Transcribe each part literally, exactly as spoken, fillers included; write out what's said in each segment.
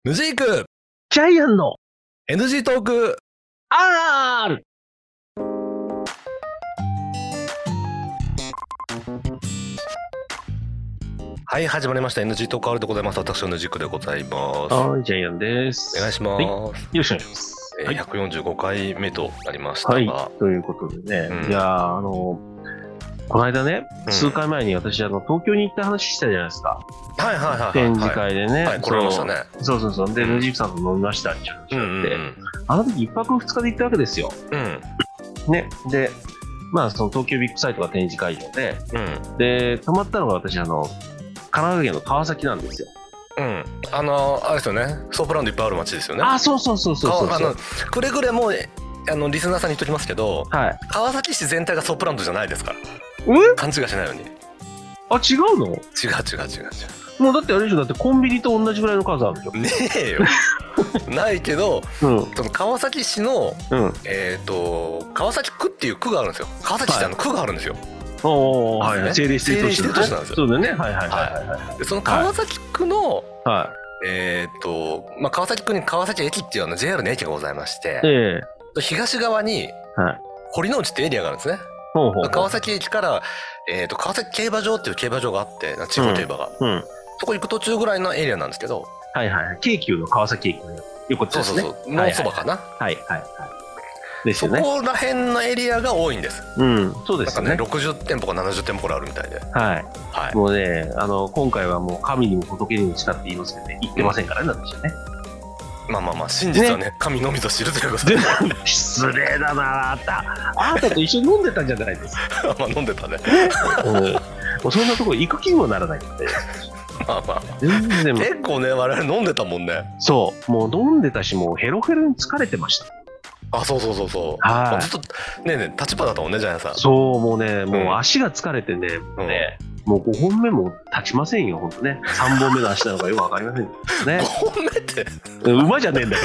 ヌジークジャイアンのエヌジー トークアール。 はい、始まりました エヌジー トーク アール でございます。私はヌジークでございます。 はい、ジャイアンです。 お願いします、はい、 よろしくお願いします、 えーはい、ひゃくよんじゅうごかいめとなりましたが、 はい、ということでね、うん、いやーあのこの間ね、うん、数回前に私あの東京に行った話したじゃないですか。 はいはいはいはい、 展示会でね、 はい、来られましたね。 そうそうそう、で、ヌジークさんと飲みましたって話があって、うんうんうん、あの時いっぱくふつかで行ったわけですよ。うん、ね、で、まあその東京ビッグサイトが展示会場で、うん、で、泊まったのが私あの、神奈川県の川崎なんですよ。 うん、あのあれですよね、ソープランドいっぱいある街ですよね。 あ、そうそうそうそうそうそう。 あのくれぐれもあのリスナーさんに言っときますけど、はい、川崎市全体がソープランドじゃないですから。 え？ 勘違いしないように。 あ、違うの？違う違う違う違う。 もうだってあれでしょ、だってコンビニと同じぐらいの数あるでしょ。 ねえよ。ないけど、うん、その川崎市の、うん、えっ、ー、と川崎区っていう区があるんですよ。川崎市ってあの区があるんですよ。はいおー、はい、 政令指定都市なんですよ。 そうだね。はいはいはいはい、はい、 でその川崎区の、はい、えっ、ー、とまあ川崎区に川崎駅っていうの ジェイアール の駅がございまして、えー、東側に、はい、堀之内ってエリアがあるんですね。ほうほうほう、川崎駅から、えー、と川崎競馬場っていう競馬場があって、地方競馬が、うんうん、そこ行く途中ぐらいのエリアなんですけど、 はいはい、京急の川崎駅の横ですね。 そうそうそう、のそばかな。はいはいはい。 ですよね、 そこら辺のエリアが多いんです。 うん、そうですよね。 なんかね、ろくじゅってんぽかななじゅってんぽくらいあるみたいで。 はい。はい、もうね、あの今回はもう神にも仏にも誓って言いますけどね、言ってませんからね、私はね。 まあまあまあ、真実はね、ね神のみぞ知るということで。 失礼だなあんた。あんたと一緒に飲んでたんじゃないですか。 まあ飲んでたね。 うん、もうそんなところ行く気にもならないので。 まあまあ。全然結構ね、我々飲んでたもんね。 そう、もう飲んでたし、もうヘロヘロに疲れてました。 あ、そうそうそうそう。はい。ずっとねえねえ立ちっぱだったもんね、ジャイアンさん。そう、もうね、もう足が疲れてね、うん、ね、もうごほんめも立ちませんよ、ほんとね。さんぼんめの足なのかよくわかりませんね。ごほんめって。 馬じゃねえんだから。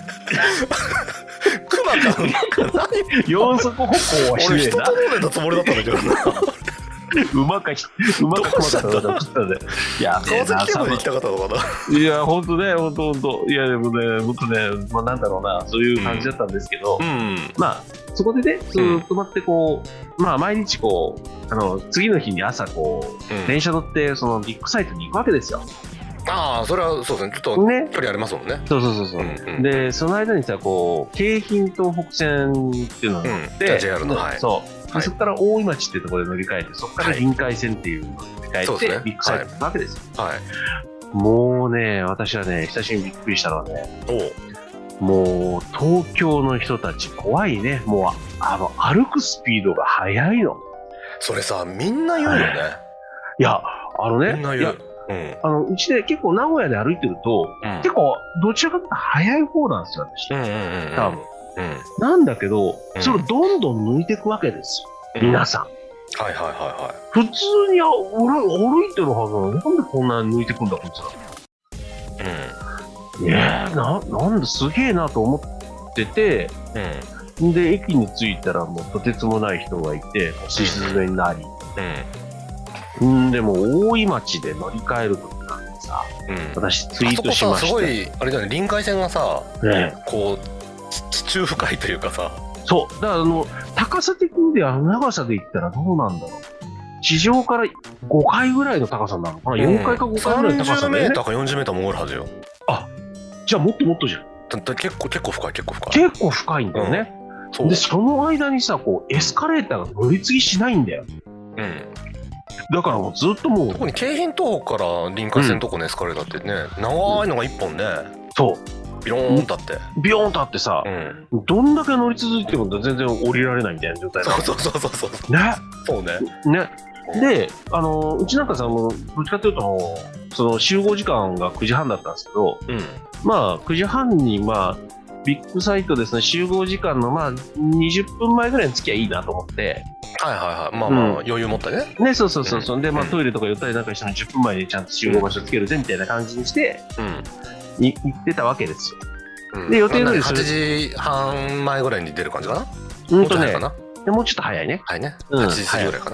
クマか馬か何？ 四足歩行はしねえな。 俺人と飲んでたつもりだったんだけどな。 馬か馬か熊かとかったんで。 いや、川崎競馬に行きたかったのかな。 いや、ほんとね、ほんとほんと。いや、でもね、ほんとね、まあなんだろうな、そういう感じだったんですけど、うん、まあ、そこでね、その泊まってこう、まあ毎日こう、あの、次の日に朝こう、うん、電車乗って、そのビッグサイトに行くわけですよ。 ああ、それはそうですね。ちょっと距離ありますもんね。ね、 そうそうそうそう、うんうん。で、その間にさ、こう、京浜東北線っていうのがあって、うん、ジェイアール の、はい、そう。はい、そこから大井町っていうところで乗り換えて、そこから臨海線っていうのに乗り換えて、はい、ビッグサイトに行くわけですよ。はいはい、もうね、私はね、久しぶりにびっくりしたのはね、もう東京の人たち怖いね。もうあの歩くスピードが速いの。 それさ、みんな言うよね。 いや、あのね、 みんな言う。 うん、あのうちで結構名古屋で歩いてると、うん、結構どちらかというと速い方なんですよ、私。うんうんうんうん、多分。うん、なんだけど、うん、それをどんどん抜いていくわけですよ、うん、皆さん。 はいはいはいはい。 普通に俺歩いてるはずなのに、なんでこんなに抜いてくんだこいつら。うん。いやーな、なんだすげえなと思ってて、うん、で駅に着いたらもうとてつもない人がいて、押し詰めになり、うん、うん、でも大井町で乗り換える時なんてさ、うん、私ツイートしました。 すごいあれだよね、臨海線がさ、ね、こう地中深いというかさ、 そうだからあの高さ的には長さで言ったらどうなんだろう。地上からごかいぐらいの高さなのかな、うん、よんかいかごかいぐらいの高さで、ね、 さんじゅうメーターかよんじゅうメーターも潜るはずよ。 あ、じゃあもっともっとじゃん。 だ結構結構深い結構深い結構深いんだよね、うん、そうでその間にさ、こうエスカレーターが乗り継ぎしないんだよ。うん。だからもうずっともう特に京浜東北から臨海線のとこのエスカレーターってね、うん、長いのがいっぽんね、 そうビローンとあってビヨーンとあってさ、うん、どんだけ乗り続いても全然降りられないみたいな状態なの。 そうそうそうそうそうね、 そうねねで、あのうちなんかさ、もうどっちかというとその集合時間がくじはんだったんですけど、うん、まあくじはんにまあビッグサイトですね、集合時間のまあにじゅっぷんまえぐらいに着きゃいいなと思って、 はいはいはい、まあまあ、うん、余裕持ったね。 ね、そうそうそうそう、うん、でまあトイレとか寄ったりなんかしたらじゅっぷんまえにちゃんと集合場所つけるぜみたいな感じにして、うん、い行ってたわけですよ。うん、で予定通りはちじはんまえぐらいに出る感じかな。 うんとね、もうちょっと早いね。 はいね。はちじ過ぎぐらいかな。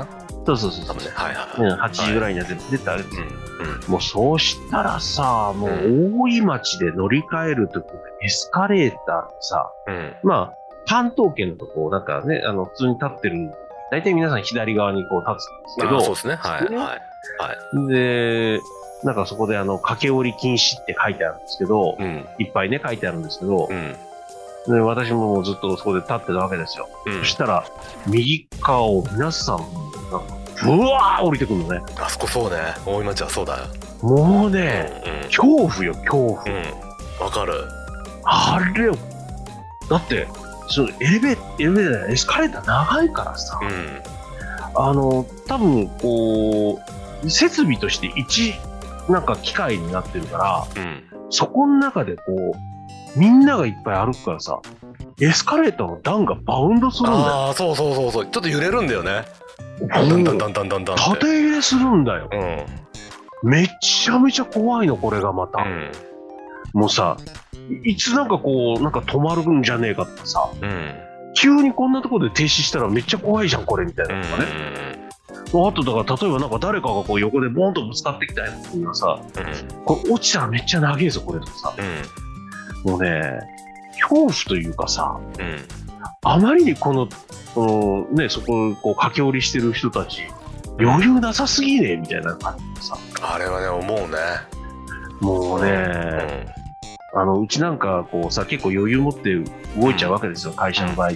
そうそうそうそう、 ね、はいはい、 うん、はちじぐらいには全部出てあるんですよ、うんうん、もうそうしたらさ、もう大井町で乗り換えるときエスカレーターのさ、うん、まあ関東圏のとこなんかね、あの普通に立ってる、大体皆さん左側にこう立つんですけど、 そうですね、はいはいはい、 でなんかそこであの駆け下り禁止って書いてあるんですけど、うん、いっぱいね書いてあるんですけど、うん、で私もずっとそこで立ってたわけですよ、うん、そしたら右側を皆さんなんかブワー降りてくるのね。 あそこそうね、大井町はそうだよ。 もうね、うんうん、恐怖よ恐怖。わ、 うん、かる。 あれよ、だってそのエレベエレベーターエスカレーター長いからさ、うん、あの多分こう設備として一なんか機械になってるから、うん、そこの中でこうみんながいっぱい歩くからさ、エスカレーターの段がバウンドするんだよ。 ああそうそうそうそう、ちょっと揺れるんだよね。だんだんだんだんだんだんだん縦揺れするんだよ、うん、めちゃめちゃ怖いのこれがまた、うん、もうさいつなんかこうなんか止まるんじゃねえかってさ、うん、急にこんなところで停止したらめっちゃ怖いじゃんこれみたいなのがね、うん、あとだから例えばなんか誰かがこう横でボンとぶつかってきたやつがさ、うん、これ落ちたらめっちゃ長いぞこれとかさ、うん、もうね恐怖というかさ、うん、あまりにこのね、そこをこう駆け下りしてる人たち余裕なさすぎねえみたいな感じでさ、 あれはね思うね。 もうね、うん、あのうちなんかこうさ結構余裕持って動いちゃうわけですよ、うん、会社の場合って、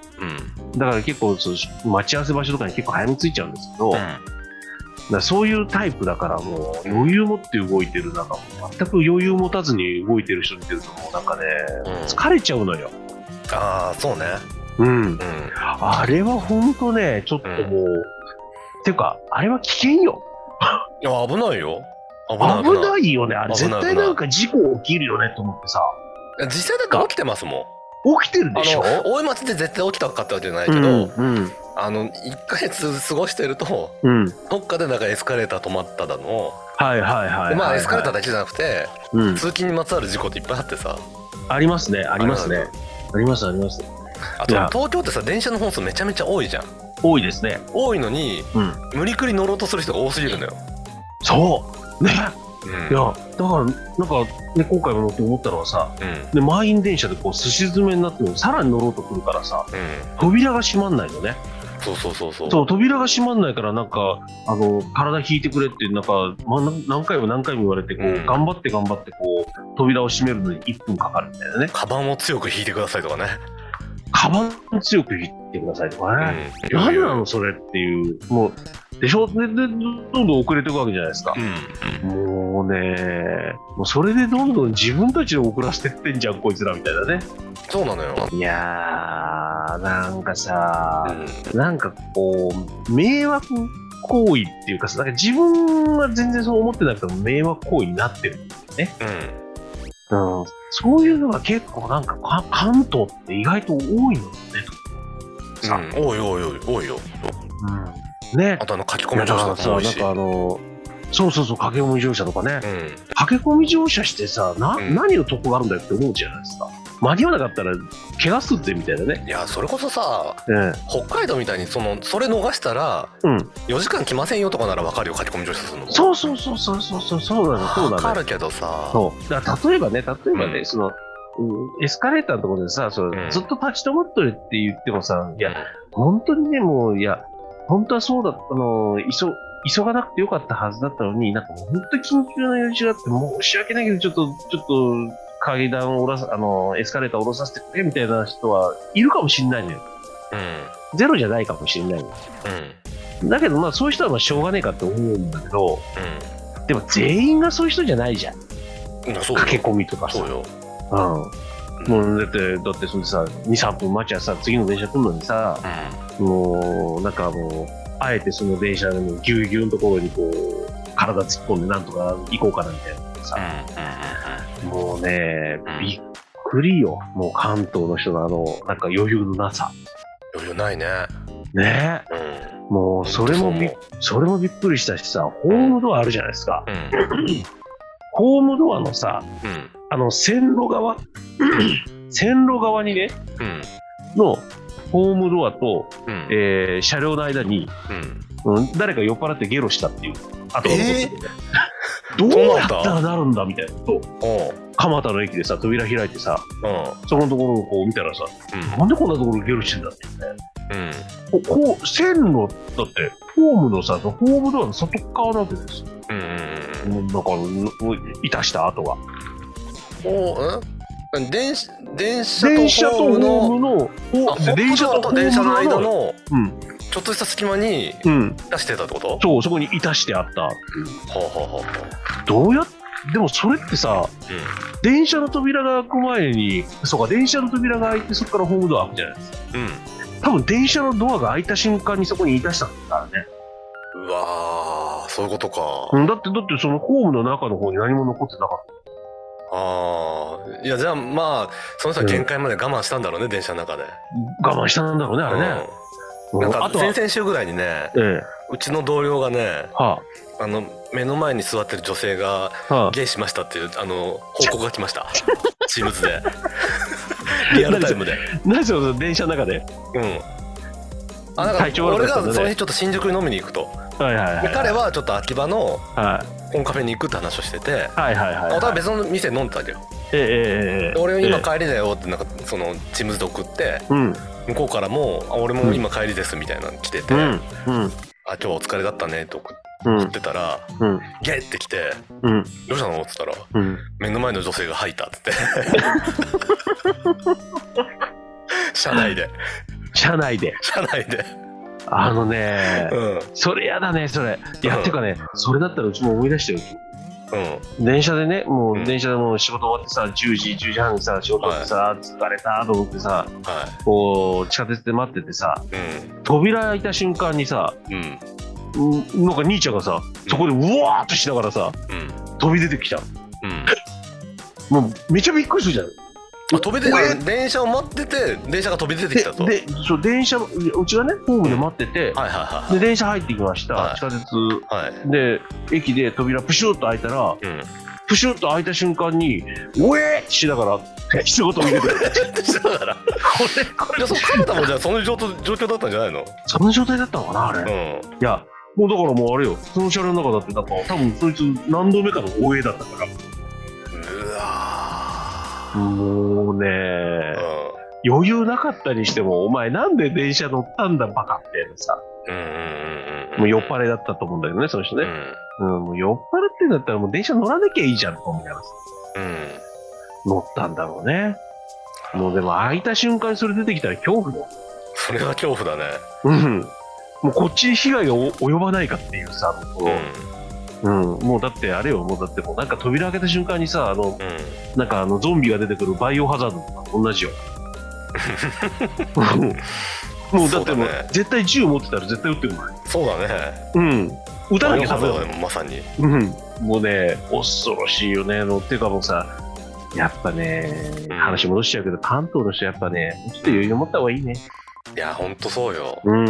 うん、だから結構そう待ち合わせ場所とかに結構早めに着いちゃうんですけど、うん、だからそういうタイプだからもう余裕持って動いてる、なんか全く余裕持たずに動いてる人見てるともうなんかね、うん、疲れちゃうのよ。 ああそうね、 うん、うん、あれは本当ねちょっともう、うん、ていうかあれは危険よ。 いや危ないよ、 危ない危ないよね、あれ絶対なんか事故起きるよねと思ってさ。 実際だって起きてますもん。起きてるでしょ。 大井町で絶対起きたかったわけじゃないけど、うんうん、あのいっかげつ過ごしてると、うん、どっかでなんかエスカレーター止まっただの、 はいはいはいはい、はい、 まあエスカレーターだけじゃなくて、うん、通勤にまつわる事故っていっぱいあってさ。 ありますねありますねありますあります。 あと東京ってさ電車の本数めちゃめちゃ多いじゃん。 多いですね。 多いのに、うん、無理くり乗ろうとする人が多すぎるのよ。 そうね、うん、いやだからなんかね今回も乗って思ったのはさ、うん、で満員電車でこうすし詰めになってもさらに乗ろうとくるからさ、うん、扉が閉まんないのね。 そうそうそうそう。 そう扉が閉まんないからなんかあの体引いてくれってなんか、まあ、何回も何回も言われてこう、うん、頑張って頑張ってこう扉を閉めるのにいっぷんかかるみたいなね。 カバンを強く引いてくださいとかね。 カバンを強く引いてくださいとかね。うん、何なのそれっていう、もうでしょ、ででどんどん遅れていくわけじゃないですか、うんうん、もうねもうそれでどんどん自分たちを遅らせてってんじゃんこいつらみたいなね。 そうなのよ。 いやーなんかさ、うん、なんかこう迷惑行為っていうかさ、なんか自分は全然そう思ってなくても迷惑行為になってるんだよね、うんうん、そういうのが結構なんか関東って意外と多いのよねとさ、うん、多い多い多い多いよ、 うんね、 あとあの書き込み乗車とかも多いし、 なんかあのそうそうそう駆け込み乗車とかね、うん、駆け込み乗車してさな、うん、何の得があるんだよって思うじゃないですか。間に合わなかったら怪我すってみたいなね。 いやそれこそさ、うん、北海道みたいにそのそれ逃したら、うん、よじかん来ませんよとかなら分かるよ、書き込み乗車するの。そうそうそうそうそうそうそうなのそうなの。分かるけどさ、 そうだから例えばね例えばね、うん、そのエスカレーターのところでさそれ、うん、ずっと立ち止まっとれって言ってもさ、いや、うん、本当にねもういや本当はそうだったの急急がなくてよかったはずだったのに、なんかもう本当に緊急な用事があって申し訳ないけどちょっとちょっと階段を下ろさあのエスカレーターを下ろさせてくれみたいな人はいるかもしれないのよ、うん、ゼロじゃないかもしれないのよ、うん、だけどまあそういう人はまあしょうがねえかって思うんだけど、うん、でも全員がそういう人じゃないじゃん、うん、駆け込みとかさ。そうよ、うん、もうだってだってそれさにさんぷん待ちはさ次の電車来るのにさ、うん、もうなんかもうあえてその電車のギュウギュウのところにこう体突っ込んでなんとか行こうかなみたいなさ、うん、もうねびっくりよ、もう関東の人のあのなんか余裕のなさ。 余裕ないね。 ね、うん、もうそれもびそれもびっくりしたしさ、ホームドアあるじゃないですか、うん、ホームドアのさ、うん、あの線路側線路側にね、うん、のホームドアと、うん、えー、車両の間に、うんうん、誰か酔っ払ってゲロしたっていうあと、えー、どうやったらなるんだみたいなと蒲田の駅でさ扉開いてさ、うん、そこのところをこう見たらさ、うん、なんでこんなところゲロしてんだってね、うん、こう線路だってホームのさホームドアの外側なわけですよ、うんうん、だからいたした跡がお電, 電車とホーム の, ホームの電車と電車の間のちょっとした隙間に出してたってこと、うん、 そうそこにいたしてあった、うん、はあはあ、どうやでもそれってさ、うん、電車の扉が開く前にそうか電車の扉が開いてそこからホームドア開くじゃないですか、うん、多分電車のドアが開いた瞬間にそこにいたしたんだからね。 うわーそういうことか、 うん、だってだってそのホームの中の方に何も残ってなかった。 ああ、いやじゃあまあその人は限界まで我慢したんだろうね、うん、電車の中で我慢したんだろうねあれね、 うん、なんか先々週ぐらいにね、ええ、うちの同僚がね、はあ、あの目の前に座ってる女性がゲイしましたっていうあの報告が来ましたチームズでリアルタイムで何それ電車の中でうんあなんか俺がその日ちょっと新宿に飲みに行くと、はいはいはい、で彼はちょっと秋葉のコンカフェに行くって話をしてて、はいはいはいはい、お互い別の店飲んでたわけよ、えーえー、俺今帰りだよってなんかそのチームズで送って、うん、向こうからもあ俺も今帰りですみたいなの来てて、うんうん、あ今日お疲れだったねと送ってたら、うん、ゲッって来て、うん、どうしたのって言ったら、うん、目の前の女性が吐いたって車内で車内で車内であのね、うん、それやだねそれいや、うん、っていうかねそれだったらうちも思い出してる、うん、電車でねもう電車でもう仕事終わってさじゅうじじゅうじはんにさ仕事ってさ、はい、疲れたと思ってさ、はい、こう地下鉄で待っててさ、うん、扉開いた瞬間にさ、うん、なんか兄ちゃんがさそこでうわーっとしながらさ、うん、飛び出てきた、うん、もうめちゃびっくりするじゃん。 飛び出て電車を待ってて電車が飛び出てきたとででそう電車うちがねホームで待ってて、うんはいはいはい、で電車入ってきました、はい、地下鉄、はい、で駅で扉プシュッと開いたら、うん、プシュッと開いた瞬間におえーしながら仕事を入れてるしながらこれこれじゃあ彼方もじゃあその状況だったんじゃないの。 その状態だったのかなあれ、うん、いやもうだからもうあれよその車両の中だってなんか多分そいつ何度目かの大江だったからうわもうね、うん、余裕なかったにしてもお前なんで電車乗ったんだバカってさ、うんうんうん、もう酔っ払いだったと思うんだけどねその人ね、うんうん、もう酔っ払ってんだったらもう電車乗らなきゃいいじゃんと思いながらさ、うん、乗ったんだろうね。もうでも開いた瞬間にそれ出てきたら恐怖だよ。 それは恐怖だね。 うんもうこっちに被害が及ばないかっていうさもう、うんうん、もうだってあれよもうだってもうなんか扉開けた瞬間にさあの、うん、なんかあのゾンビが出てくるバイオハザードとか同じよもうだってもう、ね、絶対銃持ってたら絶対撃ってるもん。 そうだねうん撃たなきゃダメだねまさに、 うん、もうね恐ろしいよねのっていうかもうさやっぱね、うん、話戻しちゃうけど関東の人やっぱねちょっと余裕持った方がいいね。 いやほんとそうよ、 うん、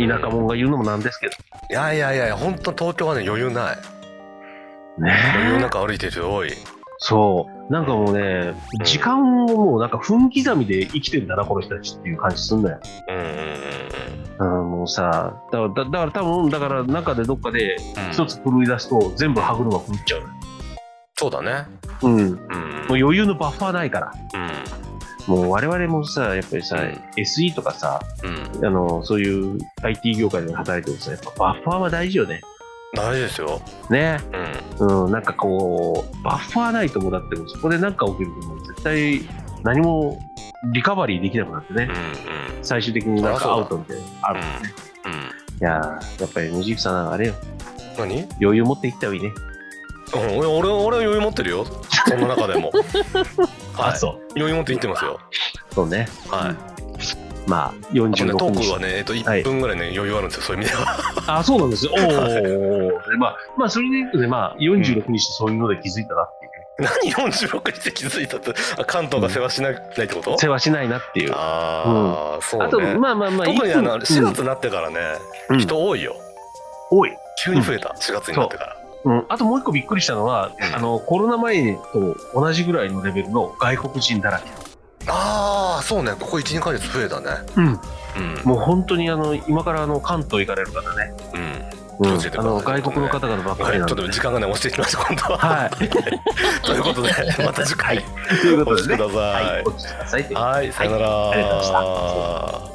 田舎者が言うのもなんですけど、 いやいやいやほんと東京はね余裕ないね。余裕なんか歩いてる人多い。 そうなんかもうね、うん、時間をもうなんか分刻みで生きてんだなこの人たちっていう感じすんだよ。うんうんうんうん、もうさだからだだから多分だから中でどっかで一つ狂い出すと全部歯車狂っちゃう、ね、 そうだね。 うん、うん、もう余裕のバッファーないから、うん、もう我々もさやっぱりさ、うん、エスイー とかさ、うん、あのそういう アイティー 業界で働いてるとさやっぱバッファーは大事よね。 大事ですよね、うんうん、なんかこうバッファーないともだってもそこで何か起きるともう絶対何もリカバリーできなくなってね、うんうん、最終的になんかアウトみたいなのあるんですね、うんうん、いややっぱり野宿さんあれよ何余裕持っていった方がいいね。 うん、俺, 俺, 俺は余裕持ってるよその中でもはい、あそう余裕持っていってますよ。 そうねはい、うんまあ、よんじゅうろくにち、 トークはね、えっと、いっぷんぐらいね、はい、余裕あるんですよ、そういう意味では。 あ、そうなんですよ。おーまあ、まあ、それで言うとね、まあ、よんじゅうろくにちそういうので気づいたなっていう、 ね。何よんじゅうろくにちで気づいたって、関東が世話しない、うん、ってこと？ 世話しないなっていう。 ああ、うん、そうね。あと、まあまあまあ、 特にあの、しがつになってからね、うん、人多いよ。 多い。 急に増えた、うん、しがつになってから。 うん、あともう一個びっくりしたのは、うん、あのコロナ前と同じぐらいのレベルの外国人だらけ。 ああ、そうね、ここいち、にかげつ増えたね。 うん、うん、もう本当にあの今からあの関東行かれる方ね、うん、うん、あの外国の方々ばっかりなんで、 ちょっと時間がね、押していきましょう今度は。 はいということでまた次回ということでね、 お聞きください。 はい、お聞きください。 はい、さよなら。 ありがとうございました。